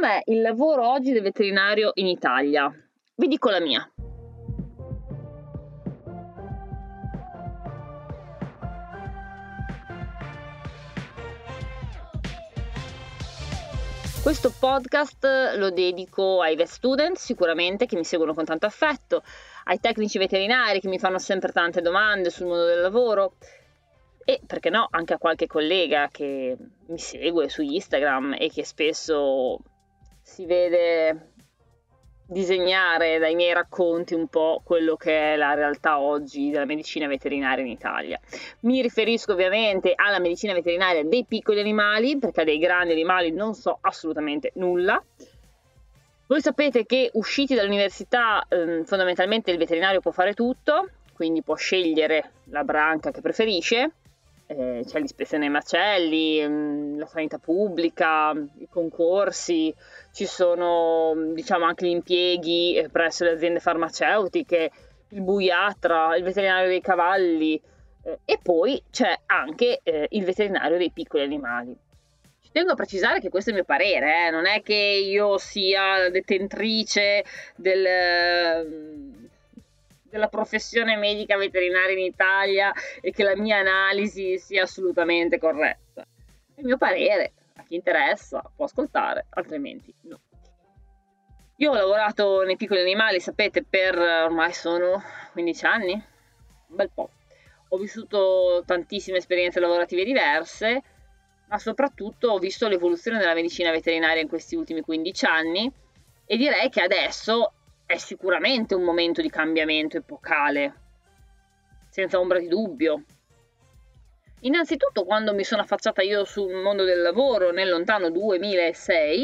Com'è il lavoro oggi del veterinario in Italia? Vi dico la mia. Questo podcast lo dedico ai vet student sicuramente, che mi seguono con tanto affetto, ai tecnici veterinari che mi fanno sempre tante domande sul mondo del lavoro e, perché no, anche a qualche collega che mi segue su Instagram e che spesso si vede disegnare dai miei racconti un po' quello che è la realtà oggi della medicina veterinaria in Italia. Mi riferisco ovviamente alla medicina veterinaria dei piccoli animali, perché dei grandi animali non so assolutamente nulla. Voi sapete che usciti dall'università fondamentalmente il veterinario può fare tutto, quindi può scegliere la branca che preferisce. C'è l'ispezione ai macelli, la sanità pubblica, i concorsi, ci sono anche gli impieghi presso le aziende farmaceutiche, il buiatra, il veterinario dei cavalli e poi c'è anche il veterinario dei piccoli animali. Ci tengo a precisare che questo è il mio parere, non è che io sia detentrice della professione medica veterinaria in Italia e che la mia analisi sia assolutamente corretta. È il mio parere, a chi interessa può ascoltare, altrimenti no. Io ho lavorato nei piccoli animali, sapete, per ormai sono 15 anni, un bel po'. Ho vissuto tantissime esperienze lavorative diverse, ma soprattutto ho visto l'evoluzione della medicina veterinaria in questi ultimi 15 anni e direi che adesso è sicuramente un momento di cambiamento epocale, senza ombra di dubbio. Innanzitutto, quando mi sono affacciata io sul mondo del lavoro nel lontano 2006,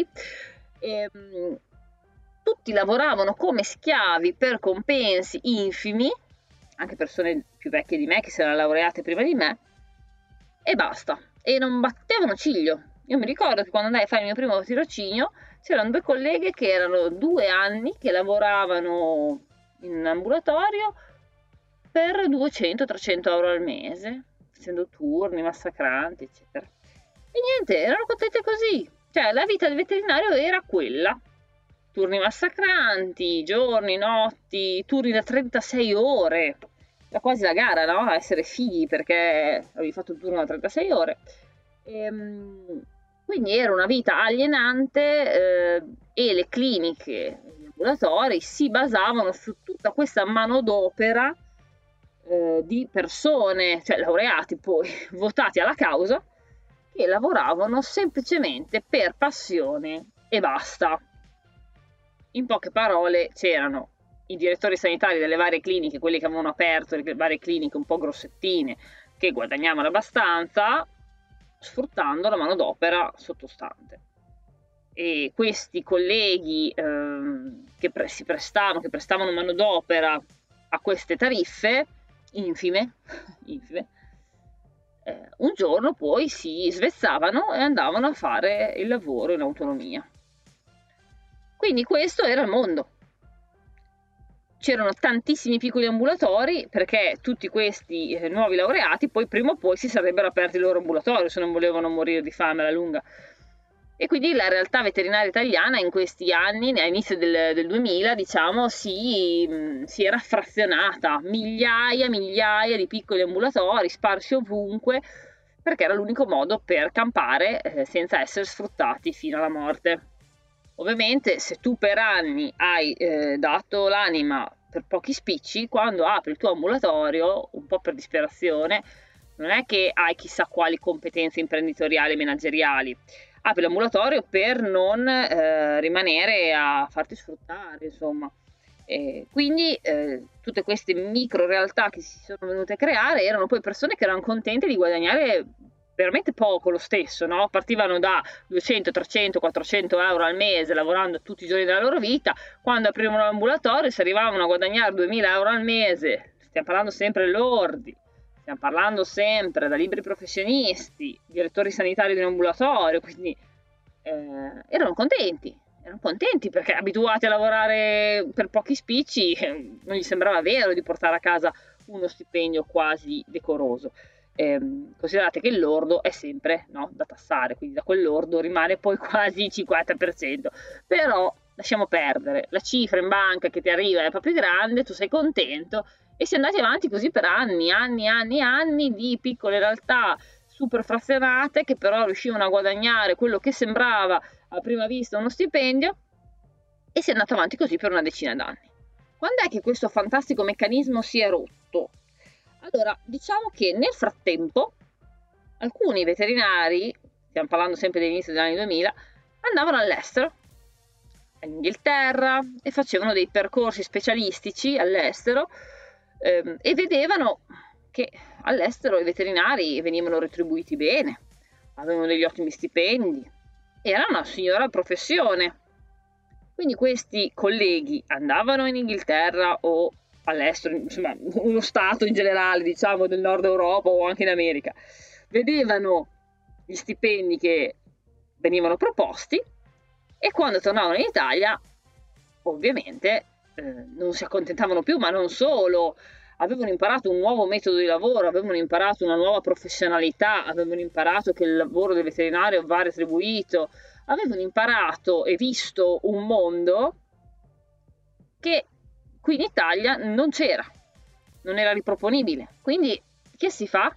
tutti lavoravano come schiavi per compensi infimi, anche persone più vecchie di me che si erano laureate prima di me, e basta, e non battevano ciglio. Io mi ricordo che quando andai a fare il mio primo tirocinio c'erano due colleghe che erano 2 anni che lavoravano in un ambulatorio per 200-300 euro al mese, facendo turni massacranti, eccetera. E niente, erano contente così. Cioè, la vita del veterinario era quella. Turni massacranti, giorni, notti, turni da 36 ore. Era quasi la gara, no? A essere fighi perché avevi fatto il turno da 36 ore. Quindi era una vita alienante e le cliniche, gli ambulatori si basavano su tutta questa manodopera di persone, cioè laureati poi, votati alla causa, che lavoravano semplicemente per passione e basta. In poche parole c'erano i direttori sanitari delle varie cliniche, quelli che avevano aperto le varie cliniche un po' grossettine, che guadagnavano abbastanza, sfruttando la manodopera sottostante. E questi colleghi che prestavano manodopera a queste tariffe infime, un giorno poi si svezzavano e andavano a fare il lavoro in autonomia. Quindi questo era il mondo. C'erano tantissimi piccoli ambulatori perché tutti questi nuovi laureati poi prima o poi si sarebbero aperti il loro ambulatorio se non volevano morire di fame alla lunga. E quindi la realtà veterinaria italiana in questi anni, all'inizio del 2000, si era frazionata, migliaia di piccoli ambulatori sparsi ovunque, perché era l'unico modo per campare senza essere sfruttati fino alla morte. Ovviamente se tu per anni hai dato l'anima per pochi spicci, quando apri il tuo ambulatorio, un po' per disperazione, non è che hai chissà quali competenze imprenditoriali e manageriali, apri l'ambulatorio per non rimanere a farti sfruttare, insomma. Quindi tutte queste micro realtà che si sono venute a creare erano poi persone che erano contente di guadagnare veramente poco lo stesso, no? Partivano da 200, 300, 400 euro al mese lavorando tutti i giorni della loro vita, quando aprivano l'ambulatorio si arrivavano a guadagnare 2000 euro al mese, stiamo parlando sempre lordi, stiamo parlando sempre da liberi professionisti, direttori sanitari di un ambulatorio, quindi erano contenti perché abituati a lavorare per pochi spicci non gli sembrava vero di portare a casa uno stipendio quasi decoroso. considerate che il lordo è sempre, no, da tassare, quindi da quel lordo rimane poi quasi il 50%, però lasciamo perdere, la cifra in banca che ti arriva è proprio grande, tu sei contento, e si è andati avanti così per anni di piccole realtà super frazionate che però riuscivano a guadagnare quello che sembrava a prima vista uno stipendio, e si è andato avanti così per una decina d'anni. Quando è che questo fantastico meccanismo si è rotto? Allora, diciamo che nel frattempo alcuni veterinari, stiamo parlando sempre dell'inizio degli anni 2000, andavano all'estero, in Inghilterra, e facevano dei percorsi specialistici all'estero, e vedevano che all'estero i veterinari venivano retribuiti bene, avevano degli ottimi stipendi, era una signora professione. Quindi questi colleghi andavano in Inghilterra o all'estero, insomma, uno stato in generale, diciamo, del nord Europa o anche in America, vedevano gli stipendi che venivano proposti, e quando tornavano in Italia, ovviamente, non si accontentavano più, ma non solo, avevano imparato un nuovo metodo di lavoro, avevano imparato una nuova professionalità, avevano imparato che il lavoro del veterinario va retribuito, avevano imparato e visto un mondo che qui in Italia non c'era, non era riproponibile. Quindi che si fa?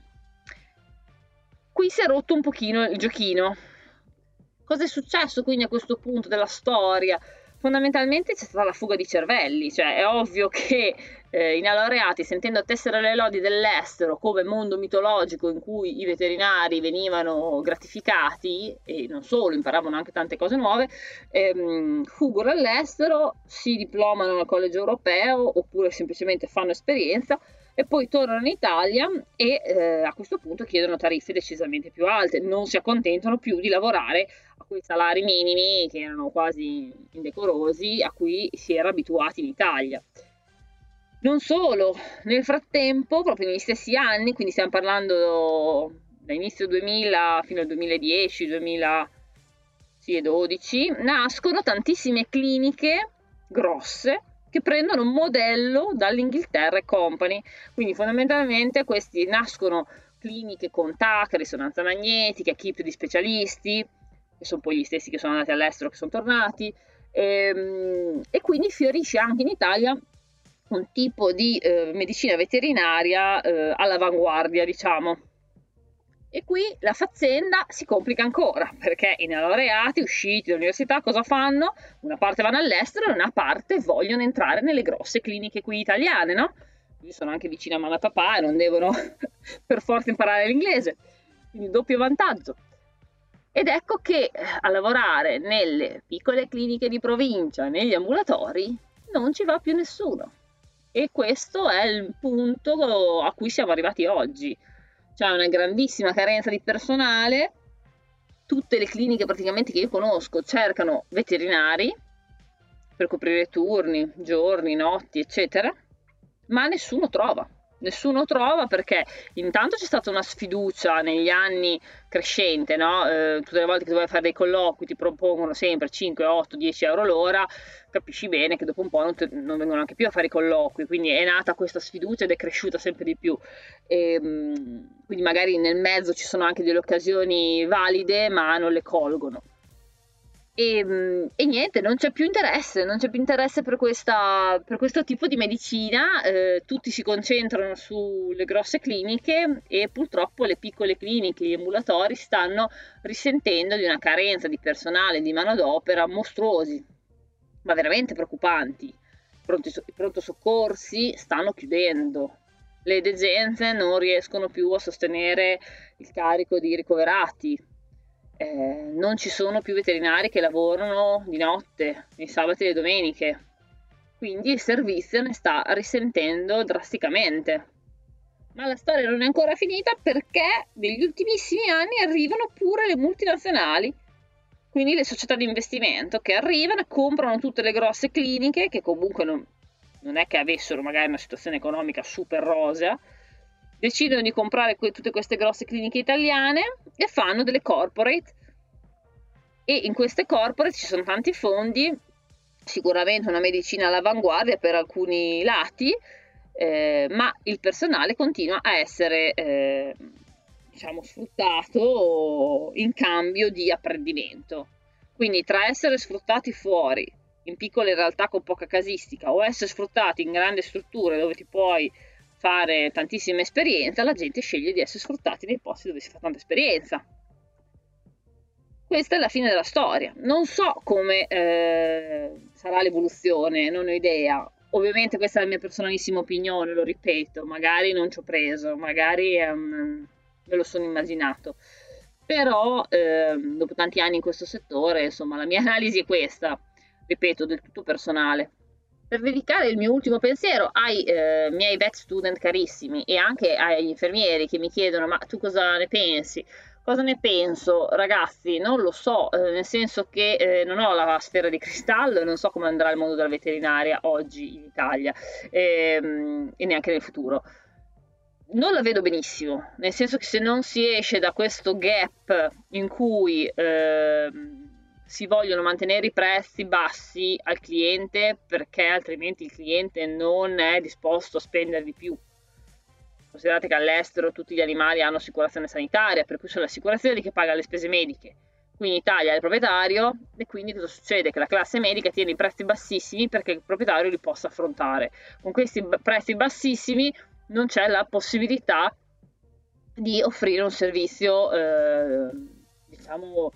Qui si è rotto un pochino il giochino. Cosa è successo quindi a questo punto della storia? Fondamentalmente c'è stata la fuga di cervelli, cioè è ovvio che i neolaureati, sentendo tessere le lodi dell'estero come mondo mitologico in cui i veterinari venivano gratificati e non solo, imparavano anche tante cose nuove, fuggono all'estero, si diplomano al collegio europeo oppure semplicemente fanno esperienza e poi tornano in Italia e a questo punto chiedono tariffe decisamente più alte, non si accontentano più di lavorare a quei salari minimi che erano quasi indecorosi a cui si era abituati in Italia. Non solo, nel frattempo, proprio negli stessi anni, quindi stiamo parlando da inizio 2000 fino al 2010, 2012, nascono tantissime cliniche grosse che prendono un modello dall'Inghilterra e Company. Quindi fondamentalmente questi nascono cliniche con TAC, risonanza magnetica, equip di specialisti, che sono poi gli stessi che sono andati all'estero, che sono tornati, e quindi fiorisce anche in Italia un tipo di medicina veterinaria all'avanguardia, diciamo. E qui la faccenda si complica ancora, perché i neolaureati usciti dall'università cosa fanno? Una parte vanno all'estero e una parte vogliono entrare nelle grosse cliniche qui italiane, no? Quindi sono anche vicino a mamma e papà e non devono per forza imparare l'inglese, quindi doppio vantaggio. Ed ecco che a lavorare nelle piccole cliniche di provincia, negli ambulatori, non ci va più nessuno. E questo è il punto a cui siamo arrivati oggi. C'è una grandissima carenza di personale, tutte le cliniche praticamente che io conosco cercano veterinari per coprire turni, giorni, notti, eccetera, ma nessuno trova. Nessuno trova perché intanto c'è stata una sfiducia negli anni crescente, no? Tutte le volte che dovevi fare dei colloqui ti propongono sempre 5, 8, 10 euro l'ora, capisci bene che dopo un po' non vengono neanche più a fare i colloqui, quindi è nata questa sfiducia ed è cresciuta sempre di più. Quindi magari nel mezzo ci sono anche delle occasioni valide ma non le colgono. E niente, non c'è più interesse per questo tipo di medicina, tutti si concentrano sulle grosse cliniche e purtroppo le piccole cliniche, gli ambulatori stanno risentendo di una carenza di personale, di manodopera mostruosi, ma veramente preoccupanti. I pronto soccorsi stanno chiudendo, le degenze non riescono più a sostenere il carico di ricoverati. Non ci sono più veterinari che lavorano di notte, nei sabati e le domeniche, quindi il servizio ne sta risentendo drasticamente. Ma la storia non è ancora finita perché negli ultimissimi anni arrivano pure le multinazionali, quindi le società di investimento che arrivano e comprano tutte le grosse cliniche che comunque non è che avessero magari una situazione economica super rosea, decidono di comprare tutte queste grosse cliniche italiane e fanno delle corporate, e in queste corporate ci sono tanti fondi, sicuramente una medicina all'avanguardia per alcuni lati, ma il personale continua a essere diciamo, sfruttato in cambio di apprendimento. Quindi tra essere sfruttati fuori, in piccole realtà con poca casistica, o essere sfruttati in grandi strutture dove ti puoi fare tantissima esperienza, la gente sceglie di essere sfruttati nei posti dove si fa tanta esperienza. Questa è la fine della storia. Non so come sarà l'evoluzione, non ho idea. Ovviamente questa è la mia personalissima opinione, lo ripeto, magari non ci ho preso, magari me lo sono immaginato. Però dopo tanti anni in questo settore, insomma, la mia analisi è questa, ripeto, del tutto personale. Per dedicare il mio ultimo pensiero ai miei vet student carissimi e anche agli infermieri che mi chiedono: ma tu cosa ne pensi? Cosa ne penso? Ragazzi, non lo so, nel senso che non ho la sfera di cristallo e non so come andrà il mondo della veterinaria oggi in Italia e neanche nel futuro. Non la vedo benissimo, nel senso che se non si esce da questo gap in cui si vogliono mantenere i prezzi bassi al cliente perché altrimenti il cliente non è disposto a spendere di più. Considerate che all'estero tutti gli animali hanno assicurazione sanitaria, per cui sono l'assicurazione di che paga le spese mediche. Qui in Italia è il proprietario e quindi cosa succede? Che la classe medica tiene i prezzi bassissimi perché il proprietario li possa affrontare. Con questi prezzi bassissimi non c'è la possibilità di offrire un servizio, diciamo,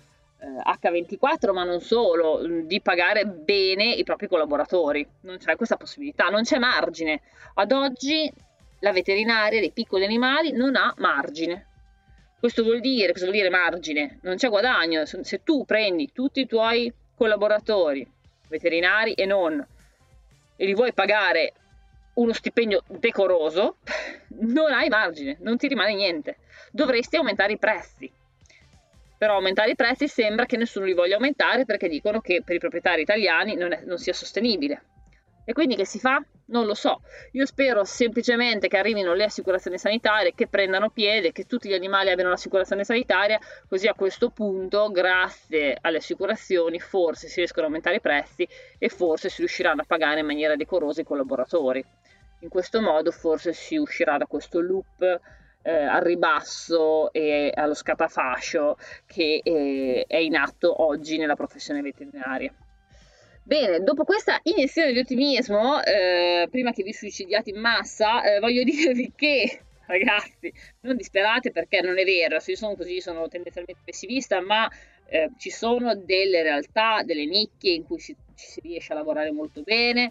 H24, ma non solo, di pagare bene i propri collaboratori. Non c'è questa possibilità, non c'è margine. Ad oggi la veterinaria dei piccoli animali non ha margine. Cosa vuol dire margine? Non c'è guadagno. Se tu prendi tutti i tuoi collaboratori, veterinari e non, e li vuoi pagare uno stipendio decoroso, non hai margine, non ti rimane niente. Dovresti aumentare i prezzi. Però aumentare i prezzi sembra che nessuno li voglia aumentare perché dicono che per i proprietari italiani non sia sostenibile. E quindi che si fa? Non lo so. Io spero semplicemente che arrivino le assicurazioni sanitarie, che prendano piede, che tutti gli animali abbiano l'assicurazione sanitaria, così a questo punto, grazie alle assicurazioni, forse si riescono a aumentare i prezzi e forse si riusciranno a pagare in maniera decorosa i collaboratori. In questo modo forse si uscirà da questo loop al ribasso e allo scatafascio che è in atto oggi nella professione veterinaria. Bene, dopo questa iniezione di ottimismo, prima che vi suicidiate in massa, voglio dirvi che, ragazzi, non disperate perché non è vero, se io sono così, sono tendenzialmente pessimista, ma ci sono delle realtà, delle nicchie in cui ci si riesce a lavorare molto bene.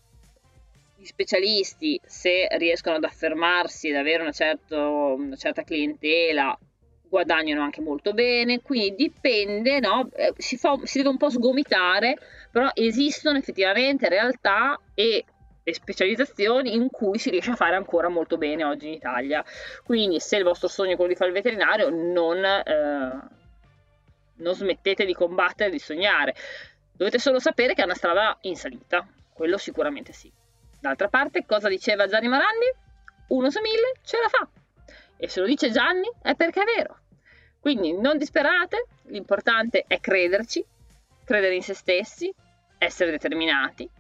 Gli specialisti, se riescono ad affermarsi ed avere una certa clientela, guadagnano anche molto bene, quindi dipende, no? Si deve un po' sgomitare, però esistono effettivamente realtà e specializzazioni in cui si riesce a fare ancora molto bene oggi in Italia. Quindi se il vostro sogno è quello di fare il veterinario, non smettete di combattere, di sognare. Dovete solo sapere che è una strada in salita, quello sicuramente sì. D'altra parte, cosa diceva Gianni Morandi? 1 su 1000 ce la fa. E se lo dice Gianni è perché è vero. Quindi non disperate, l'importante è crederci, credere in se stessi, essere determinati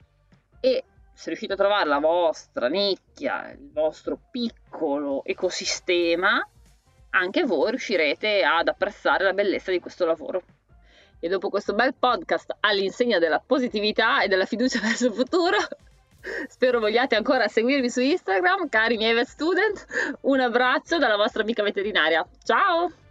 e se riuscite a trovare la vostra nicchia, il vostro piccolo ecosistema, anche voi riuscirete ad apprezzare la bellezza di questo lavoro. E dopo questo bel podcast all'insegna della positività e della fiducia verso il futuro, spero vogliate ancora seguirmi su Instagram, cari miei vet student. Un abbraccio dalla vostra amica veterinaria. Ciao!